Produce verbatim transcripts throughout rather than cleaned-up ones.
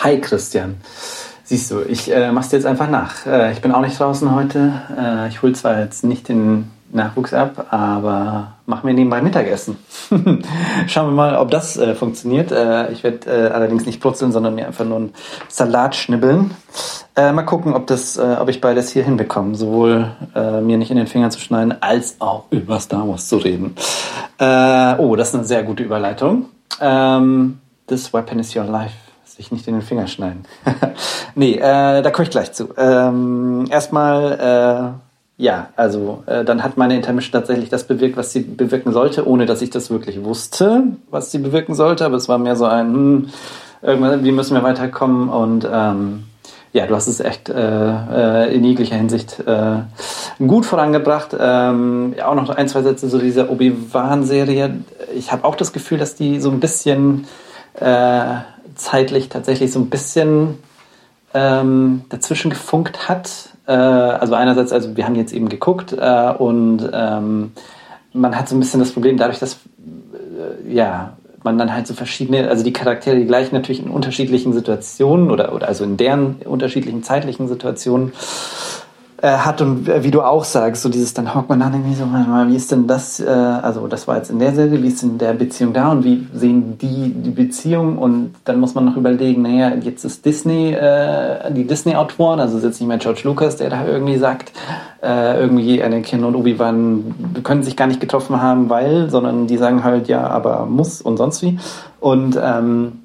Hi Christian. Siehst du, ich äh, mach's dir jetzt einfach nach. Äh, ich bin auch nicht draußen heute. Äh, ich hole zwar jetzt nicht den Nachwuchs ab, aber mach mir nebenbei Mittagessen. Schauen wir mal, ob das äh, funktioniert. Äh, ich werde äh, allerdings nicht brutzeln, sondern mir einfach nur einen Salat schnibbeln. Äh, mal gucken, ob, das, äh, ob ich beides hier hinbekomme. Sowohl äh, mir nicht in den Fingern zu schneiden, als auch über Star Wars zu reden. Äh, oh, das ist eine sehr gute Überleitung. Ähm, This weapon is your life. Sich nicht in den Finger schneiden. nee, äh, da komme ich gleich zu. Ähm, erstmal, äh, ja, also äh, dann hat meine Intermission tatsächlich das bewirkt, was sie bewirken sollte, ohne dass ich das wirklich wusste, was sie bewirken sollte. Aber es war mehr so ein, hm, irgendwann, wie müssen wir weiterkommen? Und ähm, ja, du hast es echt äh, äh, in jeglicher Hinsicht äh, gut vorangebracht. Ähm, ja, auch noch ein, zwei Sätze zu dieser Obi-Wan-Serie. Ich habe auch das Gefühl, dass die so ein bisschen äh, zeitlich tatsächlich so ein bisschen ähm, dazwischen gefunkt hat. Äh, also einerseits, also wir haben jetzt eben geguckt äh, und ähm, man hat so ein bisschen das Problem dadurch, dass äh, ja man dann halt so verschiedene, also die Charaktere, die gleich natürlich in unterschiedlichen Situationen oder, oder also in deren unterschiedlichen zeitlichen Situationen äh, hat und wie du auch sagst, so dieses, dann hockt man dann irgendwie so, mal, wie ist denn das, äh, also das war jetzt in der Serie, wie ist denn der Beziehung da und wie sehen die die Beziehung und dann muss man noch überlegen, naja, jetzt ist Disney, äh, die Disney-Autoren, also ist jetzt nicht mehr George Lucas, der da irgendwie sagt, äh, irgendwie Anakin und Obi-Wan können sich gar nicht getroffen haben, weil, sondern die sagen halt, ja, aber muss und sonst wie und ähm,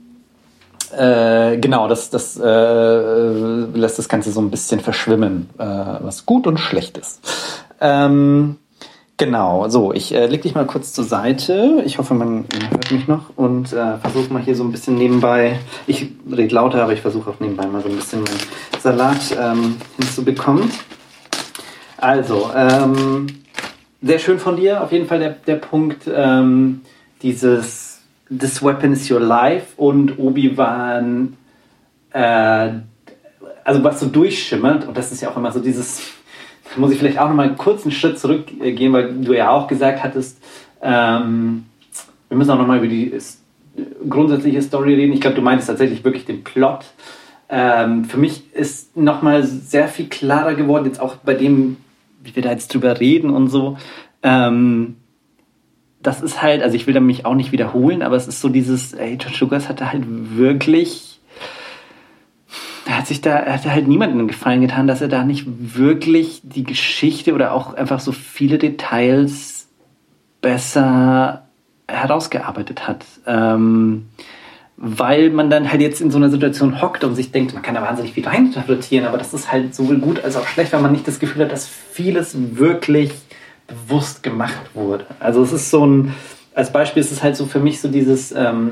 Äh, genau, das, das äh, lässt das Ganze so ein bisschen verschwimmen, äh, was gut und schlecht ist. Ähm, genau, so, ich äh, leg dich mal kurz zur Seite. Ich hoffe, man hört mich noch und äh, versuche mal hier so ein bisschen nebenbei, ich rede lauter, aber ich versuche auch nebenbei mal so ein bisschen meinen Salat ähm, hinzubekommen. Also, ähm, sehr schön von dir, auf jeden Fall der, der Punkt, ähm, dieses This weapon is your life und Obi-Wan, äh, also was so durchschimmert, und das ist ja auch immer so dieses, da muss ich vielleicht auch noch mal einen kurzen Schritt zurückgehen, weil du ja auch gesagt hattest, ähm, wir müssen auch noch mal über die grundsätzliche Story reden. Ich glaube, du meinst tatsächlich wirklich den Plot. Ähm, für mich ist noch mal sehr viel klarer geworden, jetzt auch bei dem, wie wir da jetzt drüber reden und so, ähm, das ist halt, also ich will da mich auch nicht wiederholen, aber es ist so dieses, ey, George Lucas hatte halt wirklich, er hat sich da, er hatte halt niemandem einen Gefallen getan, dass er da nicht wirklich die Geschichte oder auch einfach so viele Details besser herausgearbeitet hat. Ähm, weil man dann halt jetzt in so einer Situation hockt und sich denkt, man kann da wahnsinnig viel reininterpretieren, aber das ist halt sowohl gut als auch schlecht, weil man nicht das Gefühl hat, dass vieles wirklich bewusst gemacht wurde. Also es ist so ein, als Beispiel ist es halt so für mich so dieses, ähm,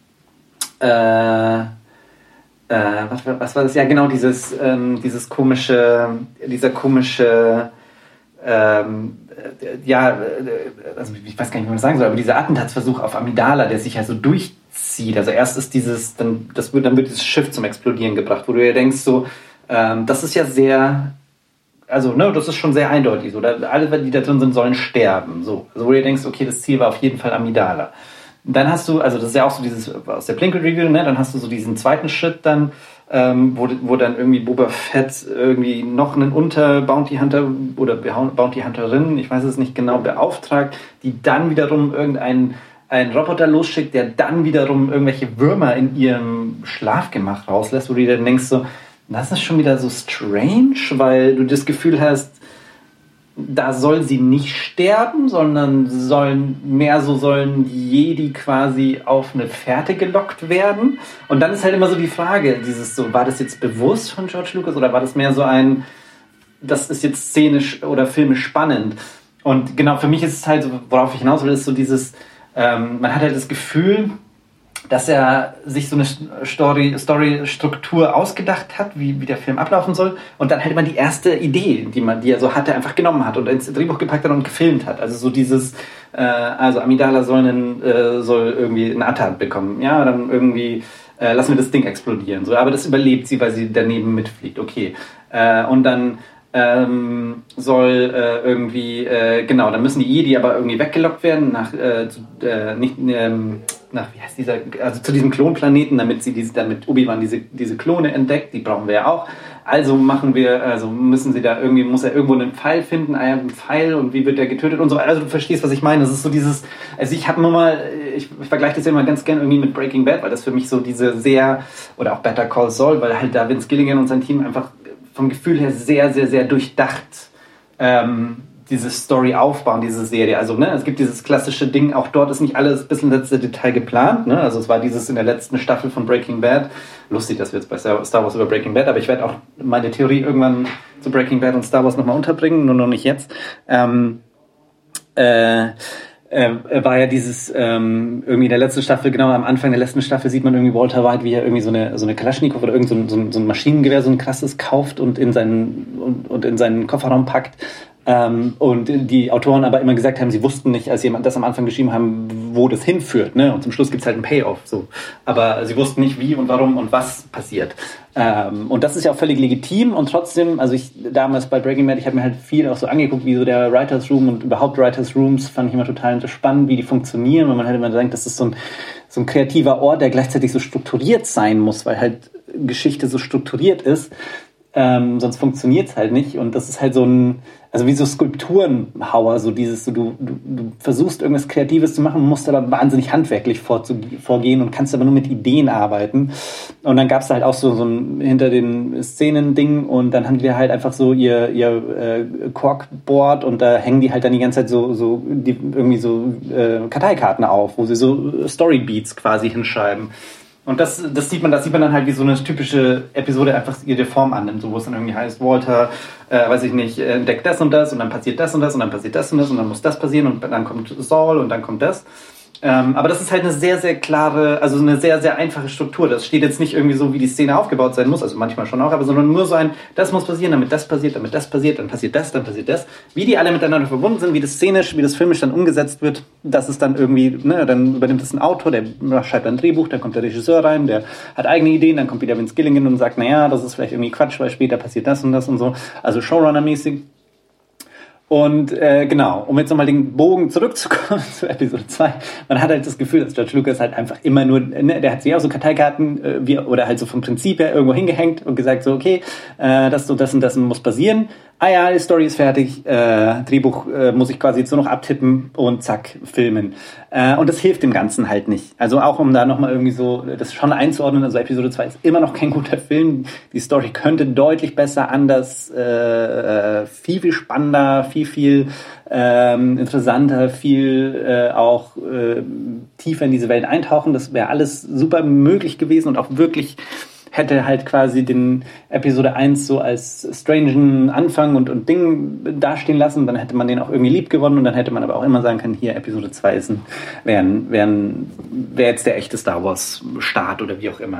äh, äh, was, was war das? Ja genau, dieses, ähm, dieses komische, dieser komische, ähm, äh, ja, also ich weiß gar nicht, wie man das sagen soll, aber dieser Attentatsversuch auf Amidala, der sich ja so durchzieht. Also erst ist dieses, dann, das wird, dann wird dieses Schiff zum Explodieren gebracht, wo du ja denkst so, ähm, das ist ja sehr, also, ne, das ist schon sehr eindeutig so. Da, alle, die da drin sind, sollen sterben. So. Also, wo du denkst, okay, das Ziel war auf jeden Fall Amidala. Dann hast du, also das ist ja auch so dieses, aus der Plinkett-Review, ne, dann hast du so diesen zweiten Schritt dann, ähm, wo, wo dann irgendwie Boba Fett irgendwie noch einen Unter-Bounty-Hunter oder Bounty-Hunterin, ich weiß es nicht genau, beauftragt, die dann wiederum irgendeinen einen Roboter losschickt, der dann wiederum irgendwelche Würmer in ihrem Schlafgemach rauslässt, wo du dir dann denkst so, das ist schon wieder so strange, weil du das Gefühl hast, da soll sie nicht sterben, sondern sollen mehr so sollen die Jedi quasi auf eine Fährte gelockt werden. Und dann ist halt immer so die Frage, dieses so, war das jetzt bewusst von George Lucas oder war das mehr so ein, das ist jetzt szenisch oder filmisch spannend? Und genau, für mich ist es halt so, worauf ich hinaus will, ist so dieses, ähm, man hat halt das Gefühl, dass er sich so eine Story, Story-Struktur ausgedacht hat, wie, wie der Film ablaufen soll. Und dann halt immer die erste Idee, die man, die er so hatte, einfach genommen hat und ins Drehbuch gepackt hat und gefilmt hat. Also so dieses, äh, also Amidala soll, einen, äh, soll irgendwie einen Attentat bekommen. Ja, dann irgendwie äh, lassen wir das Ding explodieren. So, aber das überlebt sie, weil sie daneben mitfliegt. Okay. Äh, und dann ähm, soll äh, irgendwie, äh, genau, dann müssen die Jedi aber irgendwie weggelockt werden nach, äh, zu, äh, nicht, ähm, nach, wie heißt dieser, also zu diesem Klonplaneten, damit sie diese, damit Obi-Wan diese, diese Klone entdeckt, die brauchen wir ja auch. Also machen wir, also müssen sie da irgendwie, muss er irgendwo einen Pfeil finden, einen Pfeil und wie wird der getötet und so. Also du verstehst, was ich meine. Das ist so dieses, also ich habe nur mal, ich, ich vergleiche das ja immer ganz gern irgendwie mit Breaking Bad, weil das für mich so diese sehr, oder auch Better Call Saul, weil halt da Vince Gilligan und sein Team einfach vom Gefühl her sehr, sehr, sehr durchdacht ähm, diese Story aufbauen, diese Serie. Also ne, es gibt dieses klassische Ding, auch dort ist nicht alles bis ins letzte Detail geplant. Ne? Also es war dieses in der letzten Staffel von Breaking Bad. Lustig, dass wir jetzt bei Star Wars über Breaking Bad, aber ich werde auch meine Theorie irgendwann zu Breaking Bad und Star Wars nochmal unterbringen, nur noch nicht jetzt. Ähm, äh, Äh, war ja dieses, ähm, irgendwie in der letzten Staffel, genau am Anfang der letzten Staffel sieht man irgendwie Walter White, wie er irgendwie so eine, so eine Kalaschnikow oder irgend so ein, so ein, so ein Maschinengewehr, so ein krasses kauft und in seinen, und, und in seinen Kofferraum packt. Ähm, und die Autoren aber immer gesagt haben, sie wussten nicht, als jemand das am Anfang geschrieben haben, wo das hinführt, ne? Und zum Schluss gibt's halt einen Payoff, so. Aber sie wussten nicht, wie und warum und was passiert. Ähm, und das ist ja auch völlig legitim und trotzdem, also ich damals bei Breaking Bad, ich habe mir halt viel auch so angeguckt, wie so der Writers Room und überhaupt Writers Rooms fand ich immer total spannend, wie die funktionieren, weil man halt immer denkt, das ist so ein, so ein kreativer Ort, der gleichzeitig so strukturiert sein muss, weil halt Geschichte so strukturiert ist. Ähm, sonst funktioniert es halt nicht und das ist halt so ein, also wie so Skulpturenhauer, so dieses, so du, du, du versuchst irgendwas Kreatives zu machen, musst aber wahnsinnig handwerklich vorgehen und kannst aber nur mit Ideen arbeiten und dann gab es halt auch so, so ein hinter den Szenen-Ding und dann haben die halt einfach so ihr, ihr äh, Corkboard und da hängen die halt dann die ganze Zeit so, so die, irgendwie so äh, Karteikarten auf, wo sie so Storybeats quasi hinschreiben. Und das, das sieht man, das sieht man dann halt wie so eine typische Episode einfach ihre Form annimmt, so wo es dann irgendwie heißt, Walter, äh, weiß ich nicht, entdeckt das und das und dann passiert das und das und dann passiert das und das und dann muss das passieren und dann kommt Saul und dann kommt das. Ähm, aber das ist halt eine sehr, sehr klare, also eine sehr, sehr einfache Struktur. Das steht jetzt nicht irgendwie so, wie die Szene aufgebaut sein muss, also manchmal schon auch, aber sondern nur so ein, das muss passieren, damit das passiert, damit das passiert, dann passiert das, dann passiert das. Wie die alle miteinander verbunden sind, wie das szenisch, wie das filmisch dann umgesetzt wird, das ist dann irgendwie, ne, dann übernimmt es ein Autor, der schreibt ein Drehbuch, dann kommt der Regisseur rein, der hat eigene Ideen, dann kommt wieder Vince Gilligan und sagt, naja, das ist vielleicht irgendwie Quatsch, weil später passiert das und das und so. Also Showrunner-mäßig. Und äh, genau, um jetzt nochmal den Bogen zurückzukommen zu Episode zwei, man hat halt das Gefühl, dass George Lucas halt einfach immer nur, ne, der hat sich auch so Karteikarten äh, wie, oder halt so vom Prinzip her irgendwo hingehängt und gesagt so, okay, äh, das und das und das muss passieren. Ah ja, die Story ist fertig, äh, Drehbuch äh, muss ich quasi jetzt nur noch abtippen und zack, filmen. Äh, und das hilft dem Ganzen halt nicht. Also auch um da nochmal irgendwie so das schon einzuordnen, also Episode zwei ist immer noch kein guter Film. Die Story könnte deutlich besser, anders, äh, viel, viel spannender, viel, viel ähm, interessanter, viel äh, auch äh, tiefer in diese Welt eintauchen. Das wäre alles super möglich gewesen und auch wirklich hätte halt quasi den Episode eins so als strangen Anfang und, und Ding dastehen lassen, dann hätte man den auch irgendwie lieb gewonnen und dann hätte man aber auch immer sagen können, hier Episode zwei ist ein, wäre wär wär jetzt der echte Star Wars Start oder wie auch immer.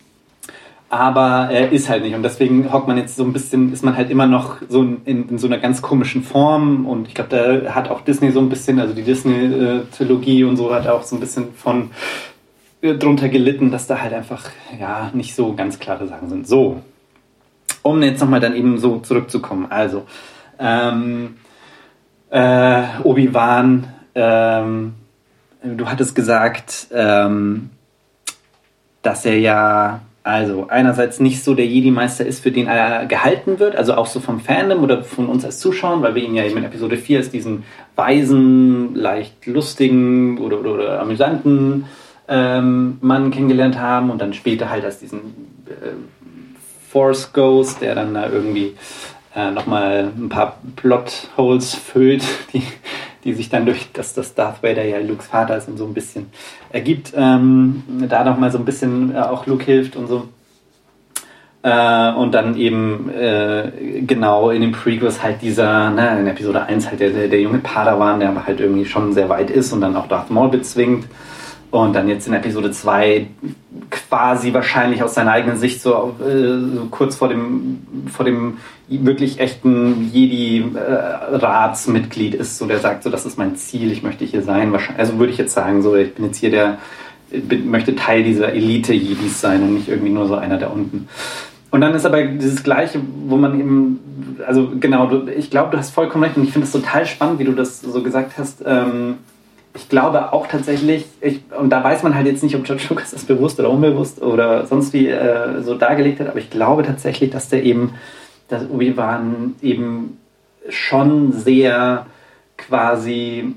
Aber er äh, ist halt nicht und deswegen hockt man jetzt so ein bisschen, ist man halt immer noch so in, in so einer ganz komischen Form und ich glaube, da hat auch Disney so ein bisschen, also die Disney-Trilogie und so hat auch so ein bisschen von drunter gelitten, dass da halt einfach ja nicht so ganz klare Sachen sind. So, um jetzt nochmal dann eben so zurückzukommen. Also, ähm, äh, Obi-Wan, ähm, du hattest gesagt, ähm, dass er ja also einerseits nicht so der Jedi-Meister ist, für den er gehalten wird, also auch so vom Fandom oder von uns als Zuschauern, weil wir ihn ja eben in Episode vier als diesen weisen, leicht lustigen oder, oder, oder amüsanten Ähm, Mann kennengelernt haben und dann später halt als diesen äh, Force Ghost, der dann da irgendwie äh, nochmal ein paar Plotholes füllt, die, die sich dann durch, dass das Darth Vader ja Lukes Vater ist und so ein bisschen ergibt, ähm, da nochmal so ein bisschen äh, auch Luke hilft und so. Äh, und dann eben äh, genau in den Prequels halt dieser, ne, in Episode eins halt der, der, der junge Padawan, der aber halt irgendwie schon sehr weit ist und dann auch Darth Maul bezwingt. Und dann jetzt in Episode zwei quasi wahrscheinlich aus seiner eigenen Sicht so, äh, so kurz vor dem, vor dem wirklich echten Jedi-Ratsmitglied ist, so der sagt, so das ist mein Ziel, ich möchte hier sein. Also würde ich jetzt sagen, so ich bin jetzt hier der, bin, möchte Teil dieser Elite-Jedis sein und nicht irgendwie nur so einer da unten. Und dann ist aber dieses Gleiche, wo man eben, also genau, du, ich glaube, du hast vollkommen recht und ich finde es total spannend, wie du das so gesagt hast. Ähm, ich glaube auch tatsächlich, ich, und da weiß man halt jetzt nicht, ob George Lucas das bewusst oder unbewusst oder sonst wie äh, so dargelegt hat, aber ich glaube tatsächlich, dass der eben, dass Obi-Wan eben schon sehr quasi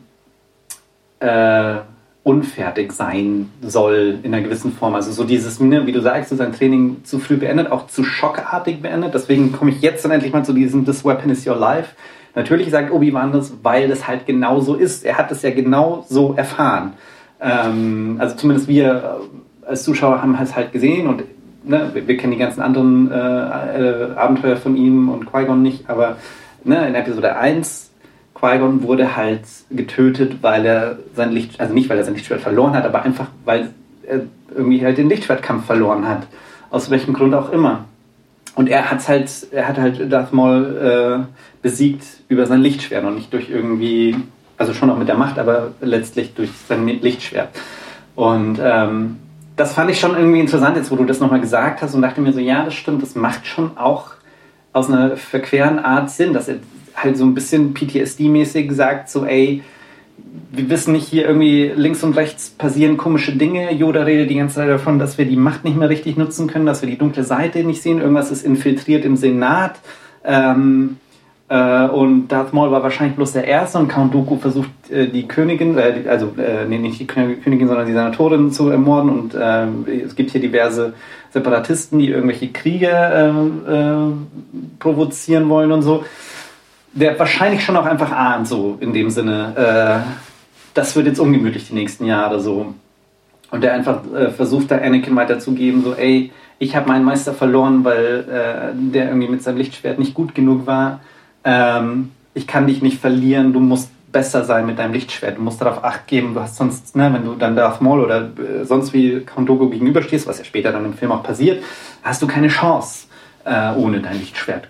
äh, unfertig sein soll in einer gewissen Form. Also so dieses, wie du sagst, so sein Training zu früh beendet, auch zu schockartig beendet. Deswegen komme ich jetzt dann endlich mal zu diesem This Weapon is your life. Natürlich sagt Obi-Wan das, weil das halt genau so ist. Er hat es ja genau so erfahren. Ähm, also zumindest wir als Zuschauer haben es halt gesehen und ne, wir, wir kennen die ganzen anderen äh, äh, Abenteuer von ihm und Qui-Gon nicht, aber ne, in Episode eins Qui-Gon wurde halt getötet, weil er sein Licht, also nicht weil er sein Lichtschwert verloren hat, aber einfach weil er irgendwie halt den Lichtschwertkampf verloren hat. Aus welchem Grund auch immer. Und er hat halt, er hat halt Darth Maul äh, besiegt über sein Lichtschwert und nicht durch irgendwie, also schon auch mit der Macht, aber letztlich durch sein Lichtschwert. Und ähm, das fand ich schon irgendwie interessant, jetzt wo du das nochmal gesagt hast und dachte mir so, ja, das stimmt, das macht schon auch aus einer verqueren Art Sinn, dass er halt so ein bisschen P T S D-mäßig sagt, so ey, wir wissen nicht, hier irgendwie links und rechts passieren komische Dinge. Yoda redet die ganze Zeit davon, dass wir die Macht nicht mehr richtig nutzen können, dass wir die dunkle Seite nicht sehen. Irgendwas ist infiltriert im Senat. Ähm, äh, und Darth Maul war wahrscheinlich bloß der Erste und Count Dooku versucht, äh, die Königin, äh, also äh, nee, nicht die Königin, sondern die Senatorin zu ermorden. Und äh, es gibt hier diverse Separatisten, die irgendwelche Kriege äh, äh, provozieren wollen und so. Der wahrscheinlich schon auch einfach ahnt, so in dem Sinne, äh, das wird jetzt ungemütlich die nächsten Jahre so. Und der einfach äh, versucht, da Anakin weiterzugeben, so ey, ich habe meinen Meister verloren, weil äh, der irgendwie mit seinem Lichtschwert nicht gut genug war. Ähm, ich kann dich nicht verlieren, du musst besser sein mit deinem Lichtschwert, du musst darauf Acht geben, du hast sonst, ne, wenn du dann Darth Maul oder äh, sonst wie Count Dooku gegenüberstehst, was ja später dann im Film auch passiert, hast du keine Chance äh, ohne dein Lichtschwert.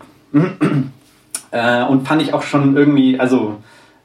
Äh, und fand ich auch schon irgendwie, also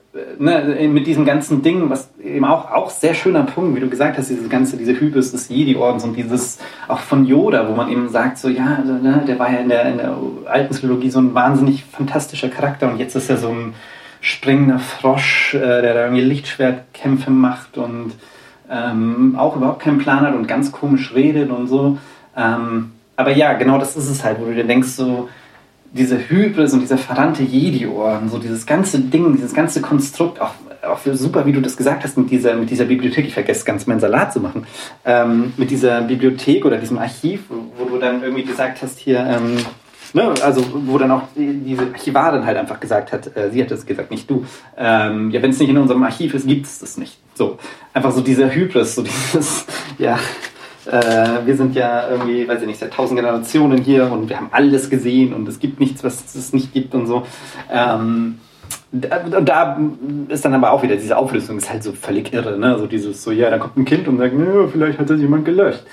ne, mit diesem ganzen Ding, was eben auch, auch sehr schöner Punkt, wie du gesagt hast, diese ganze, diese Hybris des Jedi-Ordens und dieses auch von Yoda, wo man eben sagt, so ja, also, ne, der war ja in der, in der alten Trilogie so ein wahnsinnig fantastischer Charakter und jetzt ist er so ein springender Frosch, äh, der da irgendwie Lichtschwertkämpfe macht und ähm, auch überhaupt keinen Plan hat und ganz komisch redet und so. Ähm, aber ja, genau das ist es halt, wo du dir denkst, so diese Hybris und dieser verrannte Jedi-Orden, so dieses ganze Ding, dieses ganze Konstrukt, auch, auch super, wie du das gesagt hast, mit dieser, mit dieser Bibliothek, ich vergesse ganz meinen Salat zu machen, ähm, mit dieser Bibliothek oder diesem Archiv, wo, wo du dann irgendwie gesagt hast, hier, ähm, ne, also wo dann auch diese Archivarin halt einfach gesagt hat, äh, sie hat das gesagt, nicht du, ähm, ja, wenn es nicht in unserem Archiv ist, gibt es das nicht. So, einfach so dieser Hybris, so dieses, ja, Äh, wir sind ja irgendwie, weiß ich nicht, seit tausend Generationen hier und wir haben alles gesehen und es gibt nichts, was es nicht gibt und so. Ähm, und da ist dann aber auch wieder diese Auflösung, ist halt so völlig irre, ne? So dieses, so ja, da kommt ein Kind und sagt, naja, vielleicht hat das jemand gelöscht.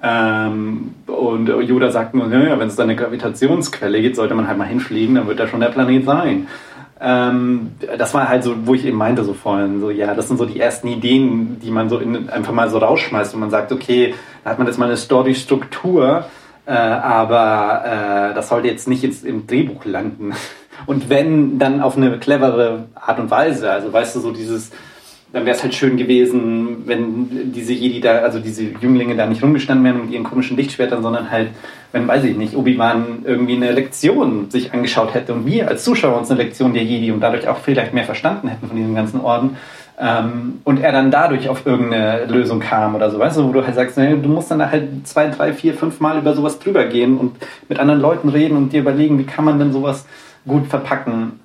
Ähm, und Yoda sagt nur, naja, wenn es da eine Gravitationsquelle gibt, sollte man halt mal hinfliegen, dann wird da schon der Planet sein. Ähm, das war halt so, wo ich eben meinte so vorhin, so ja, das sind so die ersten Ideen, die man so in, einfach mal so rausschmeißt und man sagt, okay, da hat man jetzt mal eine Story-Struktur, äh, aber äh, das sollte jetzt nicht jetzt im Drehbuch landen. Und wenn, dann auf eine clevere Art und Weise, also weißt du, so dieses, dann wäre es halt schön gewesen, wenn diese Jedi da, also diese Jünglinge da nicht rumgestanden wären mit ihren komischen Lichtschwertern, sondern halt, wenn, weiß ich nicht, Obi-Wan irgendwie eine Lektion sich angeschaut hätte und wir als Zuschauer uns eine Lektion der Jedi und dadurch auch vielleicht mehr verstanden hätten von diesem ganzen Orden ähm, und er dann dadurch auf irgendeine Lösung kam oder so, weißt du, wo du halt sagst, nee, du musst dann da halt zwei, drei, vier, fünf Mal über sowas drüber gehen und mit anderen Leuten reden und dir überlegen, wie kann man denn sowas gut verpacken.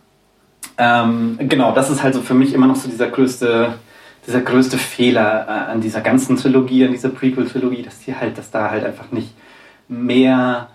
Ähm, genau, das ist halt so für mich immer noch so dieser größte, dieser größte Fehler äh, an dieser ganzen Trilogie, an dieser Prequel-Trilogie, dass die halt, dass da halt einfach nicht mehr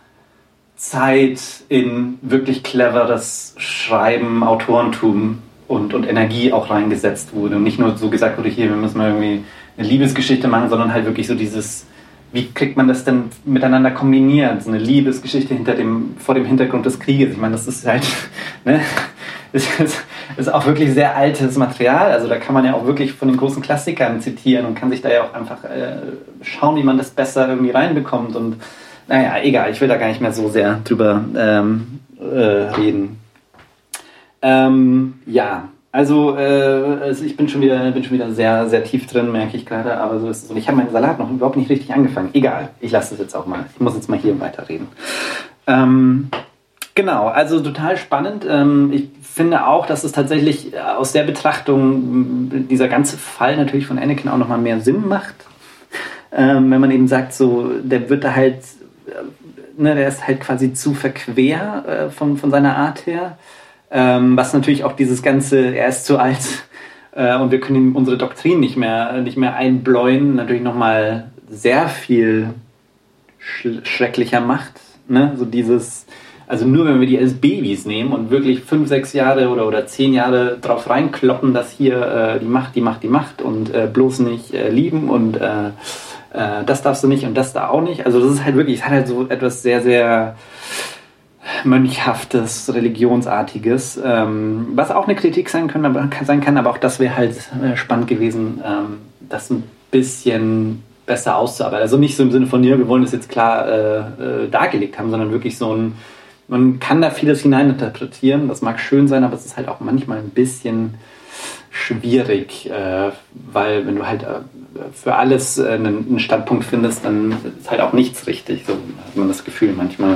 Zeit in wirklich cleveres Schreiben, Autorentum und, und Energie auch reingesetzt wurde. Und nicht nur so gesagt wurde, hier, wir müssen mal irgendwie eine Liebesgeschichte machen, sondern halt wirklich so dieses, wie kriegt man das denn miteinander kombiniert? So eine Liebesgeschichte hinter dem, vor dem Hintergrund des Krieges. Ich meine, das ist halt, ne, das ist, ist auch wirklich sehr altes Material. Also da kann man ja auch wirklich von den großen Klassikern zitieren und kann sich da ja auch einfach äh, schauen, wie man das besser irgendwie reinbekommt. Und naja, egal, ich will da gar nicht mehr so sehr drüber ähm, äh, reden. Ähm, ja, also, äh, also ich bin schon wieder, bin schon wieder sehr, sehr tief drin, merke ich gerade, aber so ist es. Und ich habe meinen Salat noch überhaupt nicht richtig angefangen. Egal, ich lasse das jetzt auch mal. Ich muss jetzt mal hier weiterreden. Ähm, genau, also total spannend. Ähm, ich finde auch, dass es tatsächlich aus der Betrachtung dieser ganze Fall natürlich von Anakin auch nochmal mehr Sinn macht. Ähm, wenn man eben sagt, so, der wird da halt, äh, ne, der ist halt quasi zu verquer äh, von, von seiner Art her. Ähm, was natürlich auch dieses ganze, er ist zu alt äh, und wir können ihm unsere Doktrin nicht mehr, nicht mehr einbläuen, natürlich nochmal sehr viel sch- schrecklicher macht. Ne? So dieses, also nur wenn wir die als Babys nehmen und wirklich fünf, sechs Jahre oder, oder zehn Jahre drauf reinkloppen, dass hier äh, die Macht, die Macht, die Macht und äh, bloß nicht äh, lieben und äh, äh, das darfst du nicht und das da auch nicht. Also das ist halt wirklich, es hat halt so etwas sehr, sehr Mönchhaftes, Religionsartiges, ähm, was auch eine Kritik sein, können, aber, sein kann, aber auch das wäre halt äh, spannend gewesen, ähm, das ein bisschen besser auszuarbeiten. Also nicht so im Sinne von, ja, wir wollen das jetzt klar äh, äh, dargelegt haben, sondern wirklich so ein, man kann da vieles hineininterpretieren, das mag schön sein, aber es ist halt auch manchmal ein bisschen schwierig, äh, weil wenn du halt äh, für alles äh, einen, einen Standpunkt findest, dann ist halt auch nichts richtig, so hat man das Gefühl manchmal.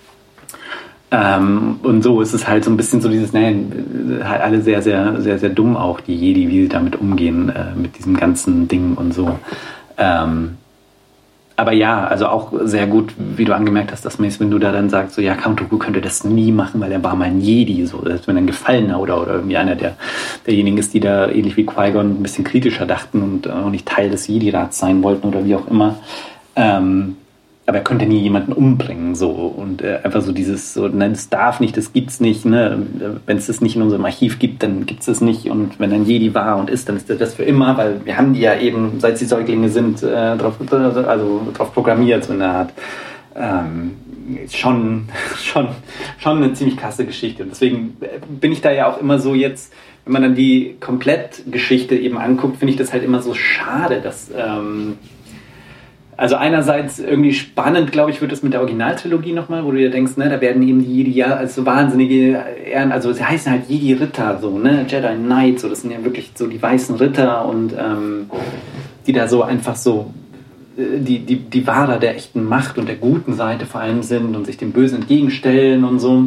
Ähm, und so ist es halt so ein bisschen so dieses, naja, halt alle sehr, sehr, sehr, sehr dumm auch, die Jedi, wie sie damit umgehen, äh, mit diesem ganzen Ding und so. Ähm, aber ja, also auch sehr gut, wie du angemerkt hast, dass wenn du da dann sagst, so ja, Count Dooku könnte das nie machen, weil er war mal ein Jedi, so, als wenn er ein Gefallener oder, oder irgendwie einer der, derjenigen ist, die da ähnlich wie Qui-Gon ein bisschen kritischer dachten und auch nicht Teil des Jedi-Rats sein wollten oder wie auch immer. Ähm, aber er könnte nie jemanden umbringen, so, und äh, einfach so dieses, so, nein, das darf nicht, das gibt's nicht, ne, wenn es das nicht in unserem Archiv gibt, dann gibt's es nicht, und wenn ein Jedi war und ist, dann ist das für immer, weil wir haben die ja eben, seit sie Säuglinge sind, äh, drauf, also drauf programmiert, so in der Art. Ähm, schon, schon, schon eine ziemlich krasse Geschichte, und deswegen bin ich da ja auch immer so jetzt, wenn man dann die Komplettgeschichte eben anguckt, finde ich das halt immer so schade, dass, ähm, also einerseits irgendwie spannend, glaube ich, wird es mit der Originaltrilogie nochmal, wo du dir denkst, ne, da werden eben die Jedi ja als so wahnsinnige Ehren, also sie heißen halt Jedi-Ritter, so, ne, Jedi Knights, so, das sind ja wirklich so die weißen Ritter, und ähm, die da so einfach so die, die, die Wahrer der echten Macht und der guten Seite vor allem sind und sich dem Bösen entgegenstellen und so.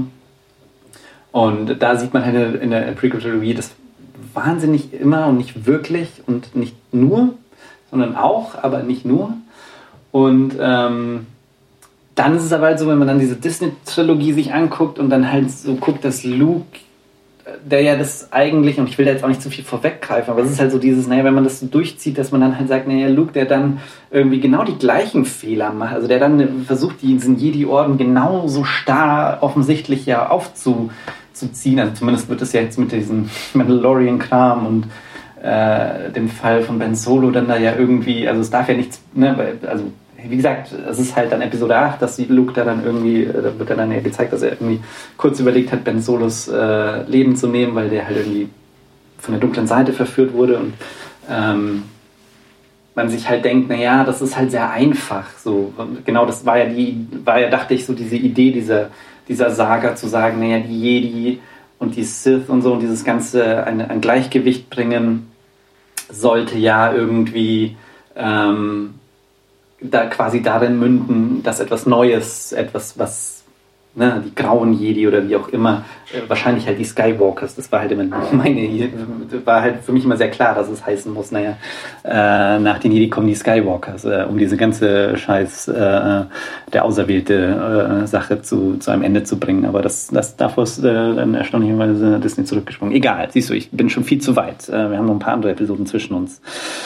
Und da sieht man halt in der Prequel-Trilogie das wahnsinnig immer und nicht wirklich und nicht nur, sondern auch, aber nicht nur. Und ähm, dann ist es aber halt so, wenn man dann diese Disney-Trilogie sich anguckt und dann halt so guckt, dass Luke, der ja das eigentlich, und ich will da jetzt auch nicht zu viel vorweggreifen, aber es ist halt so dieses, naja, wenn man das so durchzieht, dass man dann halt sagt, naja, Luke, der dann irgendwie genau die gleichen Fehler macht, also der dann versucht, diesen Jedi-Orden genauso starr offensichtlich ja aufzuziehen, also zumindest wird es ja jetzt mit diesem Mandalorian-Kram und äh, dem Fall von Ben Solo dann da ja irgendwie, also es darf ja nichts, ne, also wie gesagt, es ist halt dann Episode acht, dass Luke da dann irgendwie, da wird dann ja gezeigt, dass er irgendwie kurz überlegt hat, Ben Solos äh, Leben zu nehmen, weil der halt irgendwie von der dunklen Seite verführt wurde, und ähm, man sich halt denkt, naja, das ist halt sehr einfach, so, und genau das war ja die, war ja, dachte ich, so diese Idee dieser, dieser Saga, zu sagen, naja, die Jedi und die Sith und so und dieses Ganze ein, ein Gleichgewicht bringen sollte ja irgendwie ähm, da quasi darin münden, dass etwas Neues, etwas, was, ne, die grauen Jedi oder wie auch immer, äh, wahrscheinlich halt die Skywalkers, das war halt immer meine, war halt für mich immer sehr klar, dass es heißen muss, naja, äh, nach den Jedi kommen die Skywalkers, äh, um diese ganze Scheiß, äh, der auserwählte äh, Sache zu, zu einem Ende zu bringen, aber das, das davor ist äh, dann erstaunlicherweise Disney zurückgesprungen. Egal, siehst du, ich bin schon viel zu weit, äh, wir haben noch ein paar andere Episoden zwischen uns.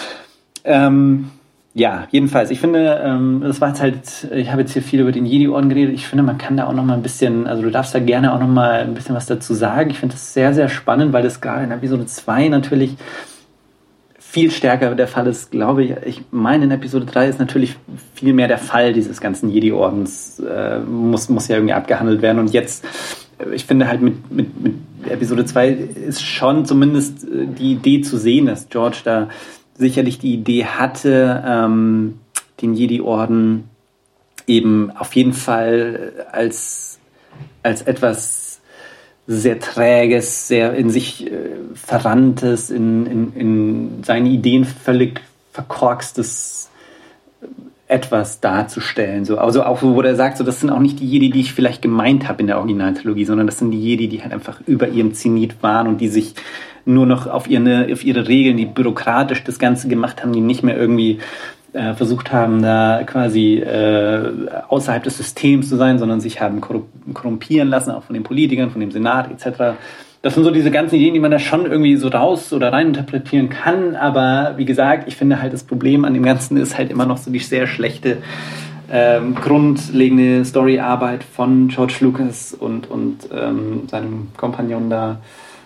Ähm, Ja, jedenfalls, ich finde, ähm, das war jetzt halt, ich habe jetzt hier viel über den Jedi-Orden geredet, ich finde, man kann da auch noch mal ein bisschen, also du darfst da gerne auch noch mal ein bisschen was dazu sagen. Ich finde das sehr, sehr spannend, weil das gerade in Episode zwei natürlich viel stärker der Fall ist, glaube ich. Ich meine, in Episode drei ist natürlich viel mehr der Fall dieses ganzen Jedi-Ordens, äh, muss, muss ja irgendwie abgehandelt werden, und jetzt, ich finde halt mit, mit, mit Episode zwei ist schon zumindest die Idee zu sehen, dass George da sicherlich die Idee hatte, ähm, den Jedi-Orden eben auf jeden Fall als, als etwas sehr Träges, sehr in sich äh, Verranntes, in, in, in seinen Ideen völlig verkorkstes etwas darzustellen. So. Also auch, wo er sagt, so, das sind auch nicht die Jedi, die ich vielleicht gemeint habe in der Originaltrilogie, sondern das sind die Jedi, die halt einfach über ihrem Zenit waren und die sich nur noch auf ihre, auf ihre Regeln, die bürokratisch das Ganze gemacht haben, die nicht mehr irgendwie äh, versucht haben, da quasi äh, außerhalb des Systems zu sein, sondern sich haben korrumpieren lassen, auch von den Politikern, von dem Senat et cetera. Das sind so diese ganzen Ideen, die man da schon irgendwie so raus oder rein interpretieren kann. Aber wie gesagt, ich finde halt, das Problem an dem Ganzen ist halt immer noch so die sehr schlechte ähm, grundlegende Storyarbeit von George Lucas und, und ähm, seinem Kompagnon da.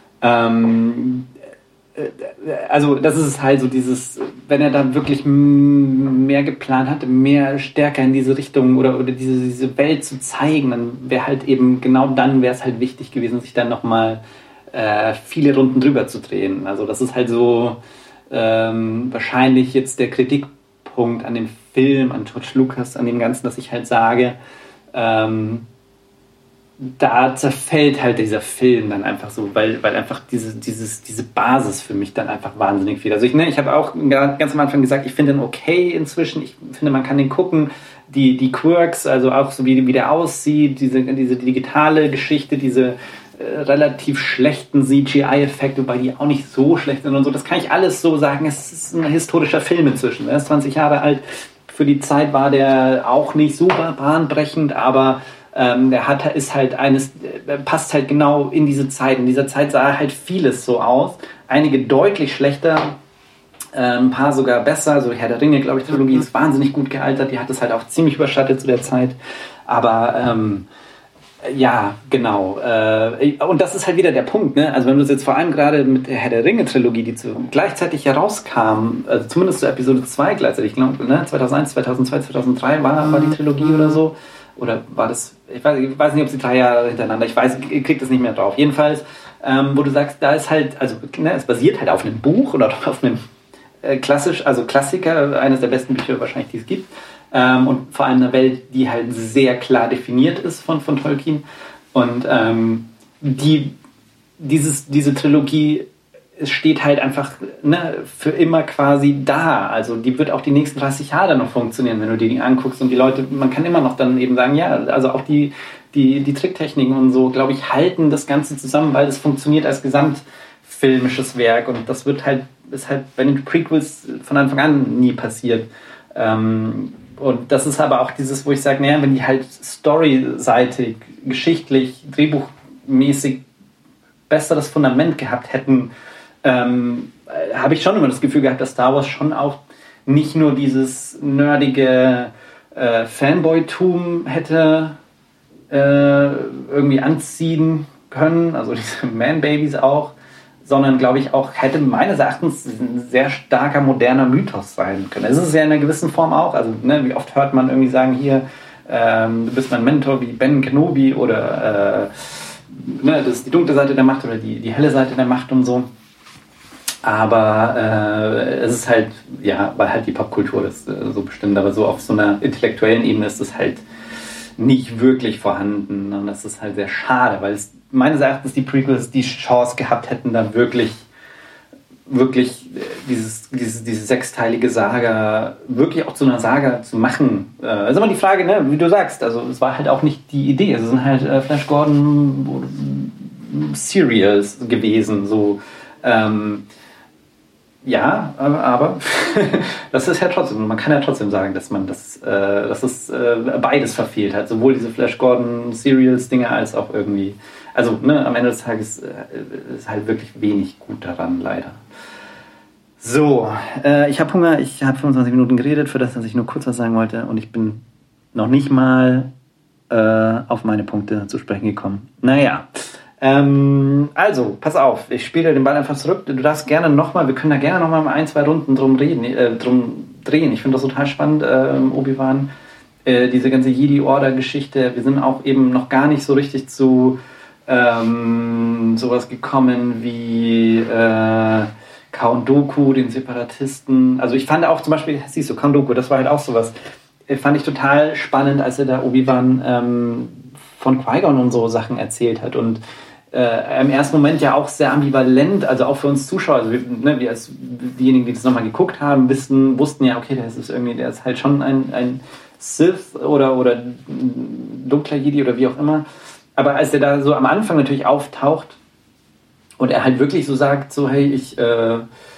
Ähm, äh, also das ist halt so dieses, wenn er da wirklich mehr geplant hatte, mehr stärker in diese Richtung oder, oder diese, diese Welt zu zeigen, dann wäre halt eben, genau dann wäre es halt wichtig gewesen, sich dann nochmal äh, viele Runden drüber zu drehen. Also das ist halt so ähm, wahrscheinlich jetzt der Kritikpunkt an dem Film, an George Lucas, an dem Ganzen, dass ich halt sage, ähm, da zerfällt halt dieser Film dann einfach so, weil, weil einfach diese, dieses, diese Basis für mich dann einfach wahnsinnig viel. Also ich, ne, ich habe auch ganz am Anfang gesagt, ich finde den okay inzwischen, ich finde, man kann den gucken, die, die Quirks, also auch so wie, wie der aussieht, diese, diese digitale Geschichte, diese äh, relativ schlechten C G I-Effekte, wobei die auch nicht so schlecht sind und so, das kann ich alles so sagen, es ist ein historischer Film inzwischen, er ist zwanzig Jahre alt, für die Zeit war der auch nicht super bahnbrechend, aber Ähm, der hat, ist halt eines, passt halt genau in diese Zeit. In dieser Zeit sah halt vieles so aus. Einige deutlich schlechter, äh, ein paar sogar besser. So Herr der Ringe, glaube ich, Trilogie ist wahnsinnig gut gealtert. Die hat es halt auch ziemlich überschattet zu der Zeit. Aber ähm, ja, genau. Äh, und das ist halt wieder der Punkt. Ne? Also wenn du es jetzt vor allem gerade mit der Herr der Ringe Trilogie, die zu, gleichzeitig herauskam, also zumindest zu Episode zwei gleichzeitig, ich glaube, ne? zweitausendeins, zweitausendzwei, zweitausenddrei war, war die Trilogie oder so. Oder war das, ich weiß, ich weiß nicht, ob sie drei Jahre hintereinander, ich weiß, ich krieg das nicht mehr drauf. Jedenfalls, ähm, wo du sagst, da ist halt, also ne, es basiert halt auf einem Buch oder auf einem äh, klassisch, also Klassiker, eines der besten Bücher wahrscheinlich, die es gibt. Ähm, und vor allem eine Welt, die halt sehr klar definiert ist von, von Tolkien. Und ähm, die, dieses, diese Trilogie, es steht halt einfach ne, für immer quasi da. Also die wird auch die nächsten dreißig Jahre noch funktionieren, wenn du dir die anguckst. Und die Leute, man kann immer noch dann eben sagen, ja, also auch die, die, die Tricktechniken und so, glaube ich, halten das Ganze zusammen, weil es funktioniert als gesamtfilmisches Werk. Und das wird halt, ist halt bei den Prequels von Anfang an nie passiert. Ähm, und das ist aber auch dieses, wo ich sage, naja, wenn die halt storyseitig, geschichtlich, drehbuchmäßig besseres Fundament gehabt hätten, Ähm, habe ich schon immer das Gefühl gehabt, dass Star Wars schon auch nicht nur dieses nerdige äh, Fanboy-Tum hätte äh, irgendwie anziehen können, also diese Man-Babies auch, sondern glaube ich auch hätte meines Erachtens ein sehr starker moderner Mythos sein können. Es ist ja in einer gewissen Form auch, also ne, wie oft hört man irgendwie sagen, hier, ähm, du bist mein Mentor wie Ben Kenobi oder äh, ne, das ist die dunkle Seite der Macht oder die, die helle Seite der Macht und so. Aber äh, es ist halt, ja, weil halt die Popkultur das äh, so bestimmt, aber so auf so einer intellektuellen Ebene ist es halt nicht wirklich vorhanden und das ist halt sehr schade, weil es meines Erachtens die Prequels die Chance gehabt hätten, da wirklich, wirklich dieses, dieses, diese sechsteilige Saga wirklich auch zu einer Saga zu machen. Äh, ist immer die Frage, ne, wie du sagst, also es war halt auch nicht die Idee, es sind halt äh, Flash Gordon Serials gewesen, so, ähm, ja, aber das ist ja trotzdem, man kann ja trotzdem sagen, dass man das, äh, dass es äh, beides verfehlt hat, sowohl diese Flash Gordon Serials Dinge als auch irgendwie, also ne, am Ende des Tages äh, ist halt wirklich wenig gut daran, leider. So, äh, ich habe Hunger, ich habe fünfundzwanzig Minuten geredet, für das, dass ich nur kurz was sagen wollte und ich bin noch nicht mal äh, auf meine Punkte zu sprechen gekommen. Naja, Ähm, also, pass auf, ich spiele den Ball einfach zurück. Du darfst gerne nochmal, wir können da gerne nochmal ein, zwei Runden drum reden, äh, drum drehen. Ich finde das total spannend, äh, Obi-Wan, äh, diese ganze Jedi-Order-Geschichte. Wir sind auch eben noch gar nicht so richtig zu ähm, sowas gekommen wie äh, Count Dooku, den Separatisten. Also ich fand auch zum Beispiel, siehst du, Count Dooku, das war halt auch sowas. fand ich total spannend, als er da Obi-Wan ähm, von Qui-Gon und so Sachen erzählt hat und äh, im ersten Moment ja auch sehr ambivalent, also auch für uns Zuschauer, also wir, ne, wir als diejenigen, die das nochmal geguckt haben, wissen, wussten ja, okay, das ist irgendwie, der ist halt schon ein, ein Sith oder, oder dunkler Jedi oder wie auch immer. Aber als er da so am Anfang natürlich auftaucht und er halt wirklich so sagt, so hey, ich äh,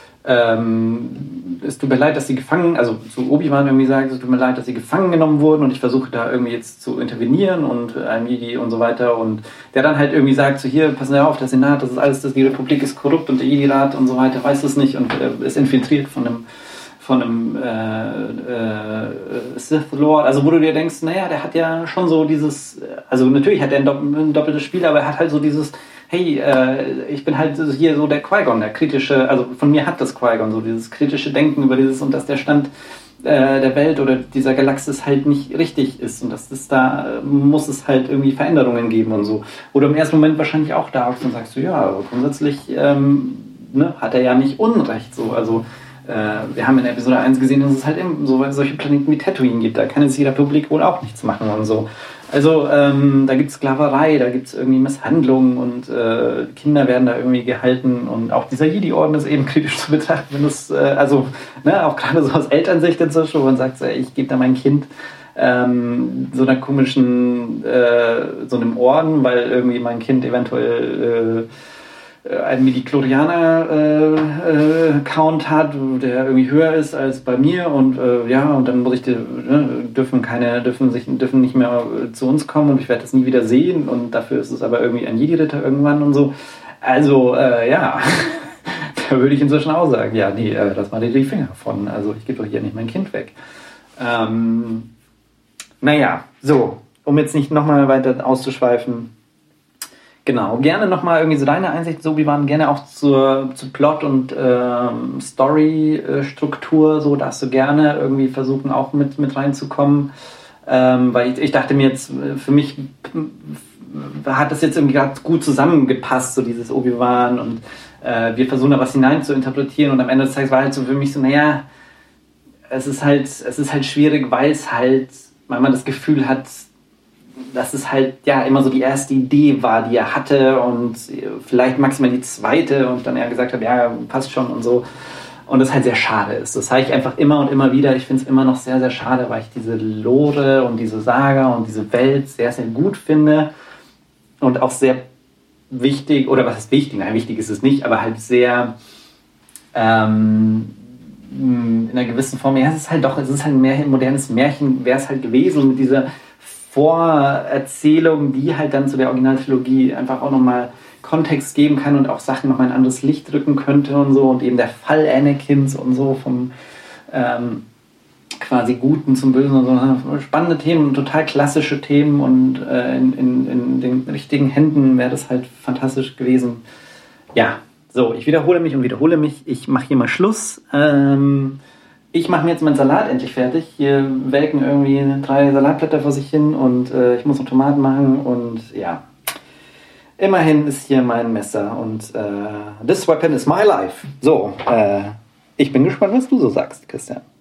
ähm, es tut mir leid, dass sie gefangen, also zu Obi-Wan irgendwie sagt, es tut mir leid, dass sie gefangen genommen wurden und ich versuche da irgendwie jetzt zu intervenieren und einem Jedi und so weiter und der dann halt irgendwie sagt, so hier, passen Sie auf, der Senat, das ist alles, das, die Republik ist korrupt und der Jedi-Rat und so weiter weiß es nicht und äh, ist infiltriert von einem von einem äh, äh, Sith Lord, also wo du dir denkst, naja, der hat ja schon so dieses, also natürlich hat er ein, dopp- ein doppeltes Spiel, aber er hat halt so dieses, hey, äh, ich bin halt hier so der Qui-Gon, der kritische, also von mir hat das Qui-Gon so dieses kritische Denken über dieses und dass der Stand äh, der Welt oder dieser Galaxis halt nicht richtig ist und dass das da äh, muss es halt irgendwie Veränderungen geben und so. Oder im ersten Moment wahrscheinlich auch da und sagst du, ja, grundsätzlich ähm, ne, hat er ja nicht Unrecht so, also wir haben in Episode eins gesehen, dass es halt eben so solche Planeten wie Tatooine gibt. Da kann es die Republik wohl auch nichts machen und so. Also ähm, da gibt es Sklaverei, da gibt es irgendwie Misshandlungen und äh, Kinder werden da irgendwie gehalten und auch dieser Jedi-Orden ist eben kritisch zu betrachten, wenn es, äh, also ne, auch gerade so aus Elternsicht inzwischen, wo man sagt, so, ey, ich gebe da mein Kind ähm, so einer komischen, äh, so einem Orden, weil irgendwie mein Kind eventuell äh, ein Midi-Chlorianer-Count äh, äh, hat, der irgendwie höher ist als bei mir und äh, ja, und dann muss ich, ne, dürfen keine, dürfen sich, dürfen nicht mehr zu uns kommen und ich werde das nie wieder sehen und dafür ist es aber irgendwie ein Jedi-Ritter irgendwann und so. Also, äh, ja, da würde ich inzwischen auch sagen, ja, nee, äh, lass mal die Finger von, also ich gebe doch hier nicht mein Kind weg. Ähm, naja, so, um jetzt nicht nochmal weiter auszuschweifen, genau, gerne nochmal irgendwie so deine Einsicht, so wie waren gerne auch zur, zu Plot und ähm, Story-Struktur, so darfst du gerne irgendwie versuchen auch mit, mit reinzukommen, ähm, weil ich, ich dachte mir jetzt, für mich hat das jetzt irgendwie gerade gut zusammengepasst, so dieses Obi-Wan und äh, wir versuchen da was hinein zu interpretieren und am Ende des Tages war halt so für mich so, naja, es ist halt, es ist halt schwierig, weil es halt, weil man das Gefühl hat, dass es halt ja immer so die erste Idee war, die er hatte und vielleicht maximal die zweite und dann er gesagt hat, ja, passt schon und so. Und das halt sehr schade ist. Das sage ich einfach immer und immer wieder. Ich finde es immer noch sehr, sehr schade, weil ich diese Lore und diese Saga und diese Welt sehr, sehr gut finde und auch sehr wichtig, oder was ist wichtig? Nein, wichtig ist es nicht, aber halt sehr ähm, in einer gewissen Form, ja, es ist halt doch, es ist halt mehr ein modernes Märchen, wäre es halt gewesen mit dieser Vorerzählung, die halt dann zu der Originaltrilogie einfach auch nochmal Kontext geben kann und auch Sachen nochmal in ein anderes Licht rücken könnte und so und eben der Fall Anakins und so vom ähm, quasi Guten zum Bösen und so. Spannende Themen, total klassische Themen und äh, in, in, in den richtigen Händen wäre das halt fantastisch gewesen. Ja, so, ich wiederhole mich und wiederhole mich. Ich mache hier mal Schluss. Ähm, Ich mache mir jetzt meinen Salat endlich fertig. Hier welken irgendwie drei Salatblätter vor sich hin und äh, ich muss noch Tomaten machen und ja. Immerhin ist hier mein Messer und äh, this weapon is my life. So, äh, ich bin gespannt, was du so sagst, Christian.